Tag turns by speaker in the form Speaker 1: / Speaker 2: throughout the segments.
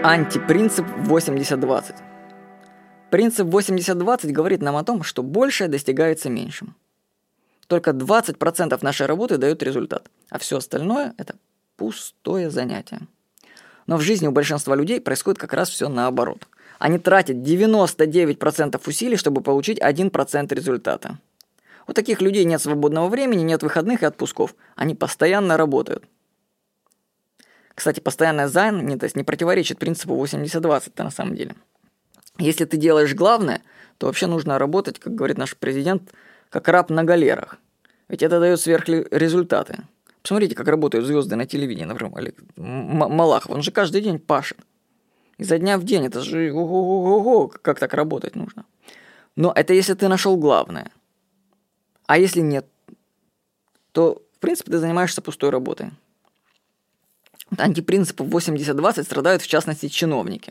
Speaker 1: Антипринцип 80-20. Принцип 80-20 говорит нам о том, что большее достигается меньшим. Только 20% нашей работы дает результат, а все остальное – это пустое занятие. Но в жизни у большинства людей происходит как раз все наоборот. Они тратят 99% усилий, чтобы получить 1% результата. У таких людей нет свободного времени, нет выходных и отпусков. Они постоянно работают. Кстати, постоянная занятость не противоречит принципу 80-20 на самом деле. Если ты делаешь главное, то вообще нужно работать, как говорит наш президент, как раб на галерах. Ведь это дает сверхрезультаты. Посмотрите, как работают звезды на телевидении, например, Малахов, он же каждый день пашет. Изо дня в день, это же ого-го-го, как так работать нужно. Но это если ты нашел главное. А если нет, то, в принципе, ты занимаешься пустой работой. От антипринципов 80-20 страдают, в частности, чиновники.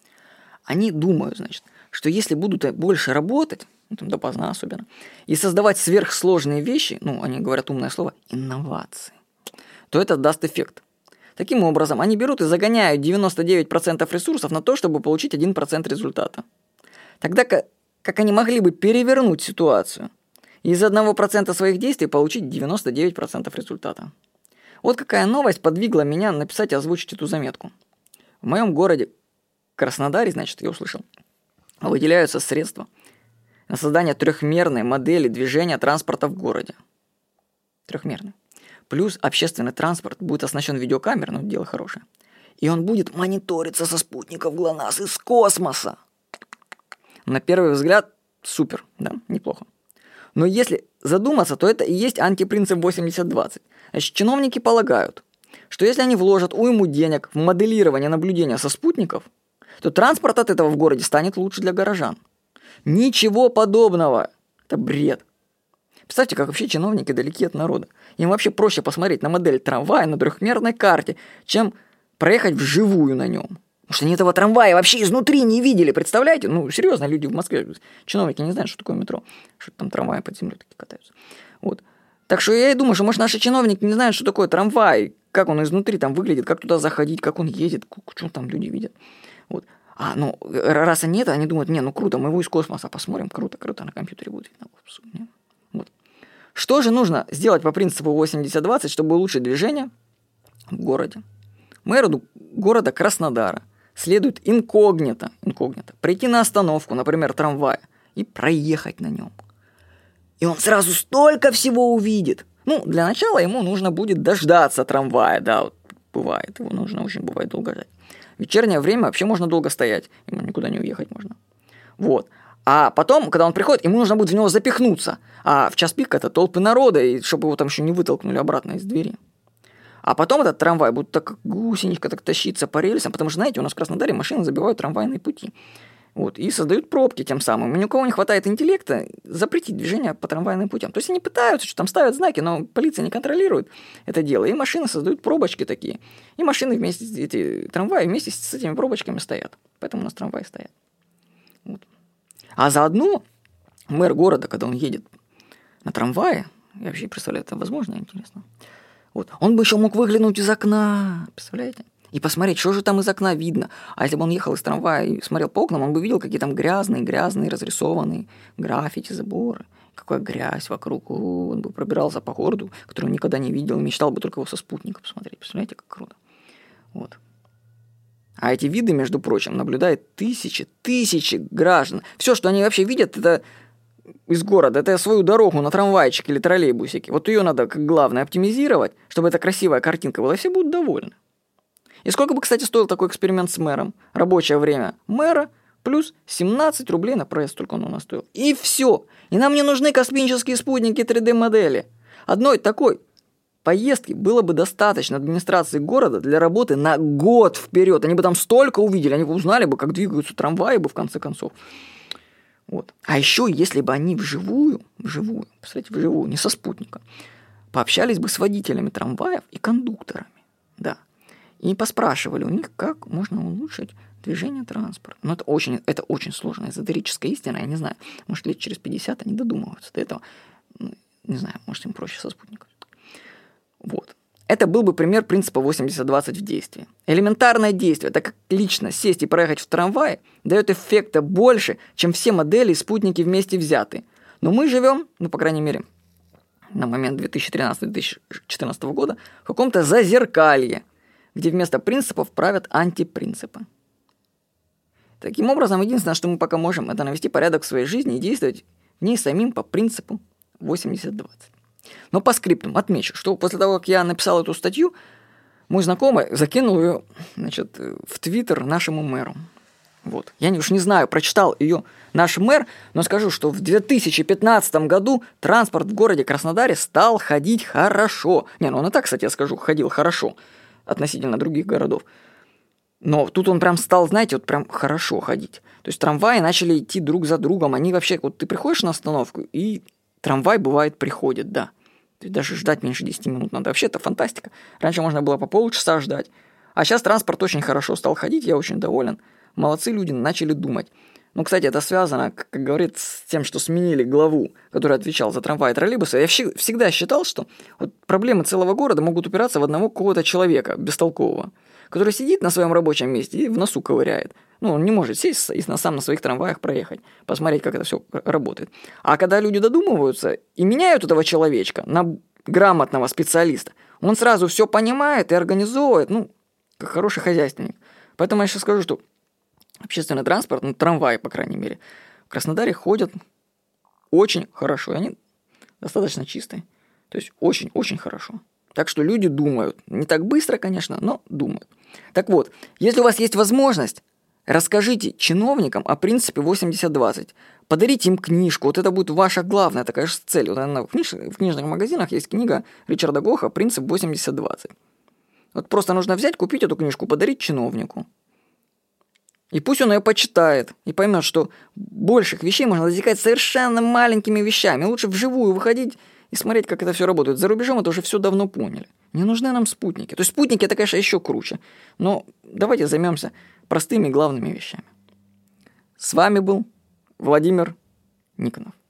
Speaker 1: Они думают, значит, что если будут больше работать, допоздна особенно, и создавать сверхсложные вещи, они говорят умное слово, инновации, то это даст эффект. Таким образом, они берут и загоняют 99% ресурсов на то, чтобы получить 1% результата. Тогда как они могли бы перевернуть ситуацию и из 1% своих действий получить 99% результата. Вот какая новость подвигла меня написать и озвучить эту заметку. В моем городе Краснодаре, значит, я услышал, выделяются средства на создание трехмерной модели движения транспорта в городе. Трехмерной. Плюс общественный транспорт будет оснащен видеокамерой, дело хорошее. И он будет мониториться со спутников ГЛОНАСС из космоса. На первый взгляд, супер, да, неплохо. Но если задуматься, то это и есть антипринцип 80-20. Значит, чиновники полагают, что если они вложат уйму денег в моделирование наблюдения со спутников, то транспорт от этого в городе станет лучше для горожан. Ничего подобного. Это бред. Представьте, как вообще чиновники далеки от народа. Им вообще проще посмотреть на модель трамвая на трехмерной карте, чем проехать вживую на нем. Потому что они этого трамвая вообще изнутри не видели, представляете? Серьезно, люди в Москве, чиновники не знают, что такое метро, что там трамваи под землей такие катаются. Вот. Так что я и думаю, что, может, наши чиновники не знают, что такое трамвай, как он изнутри там выглядит, как туда заходить, как он едет, что там люди видят. Вот. Раз они они думают, круто, мы его из космоса посмотрим, круто, на компьютере будет видно. Вот. Что же нужно сделать по принципу 80-20, чтобы улучшить движение в городе? Мэру города Краснодара следует инкогнито прийти на остановку, например, трамвая, и проехать на нем. И он сразу столько всего увидит. Для начала ему нужно будет дождаться трамвая, да, вот бывает, его нужно очень бывает долго ждать. В вечернее время вообще можно долго стоять, ему никуда не уехать можно. Вот. А потом, когда он приходит, ему нужно будет в него запихнуться. А в час пик это толпы народа, и чтобы его там еще не вытолкнули обратно из двери. А потом этот трамвай будет так, как гусеничка, так тащиться по рельсам, потому что, знаете, у нас в Краснодаре машины забивают трамвайные пути. Вот, и создают пробки тем самым. И ни у кого не хватает интеллекта запретить движение по трамвайным путям. То есть они пытаются, что там ставят знаки, но полиция не контролирует это дело. И машины создают пробочки такие. И машины эти трамваи вместе с этими пробочками стоят. Поэтому у нас трамваи стоят. Вот. А заодно мэр города, когда он едет на трамвае, я вообще представляю, это возможно, интересно. Вот, он бы еще мог выглянуть из окна, представляете? И посмотреть, что же там из окна видно. А если бы он ехал из трамвая и смотрел по окнам, он бы видел, какие там грязные, разрисованные граффити, заборы. Какая грязь вокруг. Он бы пробирался по городу, который он никогда не видел, и мечтал бы только его со спутника посмотреть. Представляете, как круто. Вот. А эти виды, между прочим, наблюдают тысячи граждан. Все, что они вообще видят, это из города, это свою дорогу на трамвайчике или троллейбусике. Вот ее надо, как главное, оптимизировать, чтобы эта красивая картинка была, и все будут довольны. И сколько бы, кстати, стоил такой эксперимент с мэром? Рабочее время мэра плюс 17 рублей на проезд, только он у нас стоил. И все. И нам не нужны космические спутники 3D-модели. Одной такой поездки было бы достаточно администрации города для работы на год вперед. Они бы там столько увидели, они бы узнали бы, как двигаются трамваи бы в конце концов. Вот. А еще, если бы они вживую, представляете, вживую, не со спутника, пообщались бы с водителями трамваев и кондукторами. Да. И поспрашивали у них, как можно улучшить движение транспорта. Но это очень сложная эзотерическая истина, я не знаю. Может, лет через 50 они додумываются до этого. Не знаю, может, им проще со спутником. Вот. Это был бы пример принципа 80-20 в действии. Элементарное действие, так как лично сесть и проехать в трамвае, дает эффекта больше, чем все модели и спутники вместе взятые. Но мы живем, по крайней мере, на момент 2013-2014 года, в каком-то зазеркалье, где вместо принципов правят антипринципы. Таким образом, единственное, что мы пока можем, это навести порядок в своей жизни и действовать в ней самим по принципу 80-20. Но по скриптам отмечу, что после того, как я написал эту статью, мой знакомый закинул ее, в Твиттер нашему мэру. Вот. Я уж не знаю, прочитал ее наш мэр, но скажу, что в 2015 году транспорт в городе Краснодаре стал ходить хорошо. Он и так, кстати, я скажу, ходил хорошо относительно других городов. Но тут он прям стал, прям хорошо ходить. То есть трамваи начали идти друг за другом. Они вообще, ты приходишь на остановку, и трамвай, бывает, приходит, да. То есть даже ждать меньше 10 минут надо. Вообще это фантастика. Раньше можно было по полчаса ждать. А сейчас транспорт очень хорошо стал ходить, я очень доволен. Молодцы люди, начали думать. Кстати, это связано, как говорит, с тем, что сменили главу, который отвечал за трамваи и троллейбусы. Я всегда считал, что проблемы целого города могут упираться в одного какого-то человека, бестолкового, который сидит на своем рабочем месте и в носу ковыряет. Он не может сесть и сам на своих трамваях проехать, посмотреть, как это все работает. А когда люди додумываются и меняют этого человечка на грамотного специалиста, он сразу все понимает и организовывает, как хороший хозяйственник. Поэтому я сейчас скажу, что общественный транспорт, трамваи, по крайней мере, в Краснодаре ходят очень хорошо. И они достаточно чистые. То есть очень-очень хорошо. Так что люди думают. Не так быстро, конечно, но думают. Так вот, если у вас есть возможность, расскажите чиновникам о принципе 80-20. Подарите им книжку. Это будет ваша главная такая же цель. В книжных магазинах есть книга Ричарда Гоха «Принцип 80-20». Просто нужно взять, купить эту книжку, подарить чиновнику. И пусть он ее почитает и поймет, что больших вещей можно достигать совершенно маленькими вещами. Лучше вживую выходить и смотреть, как это все работает. За рубежом это уже все давно поняли. Не нужны нам спутники. То есть спутники это, конечно, еще круче. Но давайте займемся простыми главными вещами. С вами был Владимир Никонов.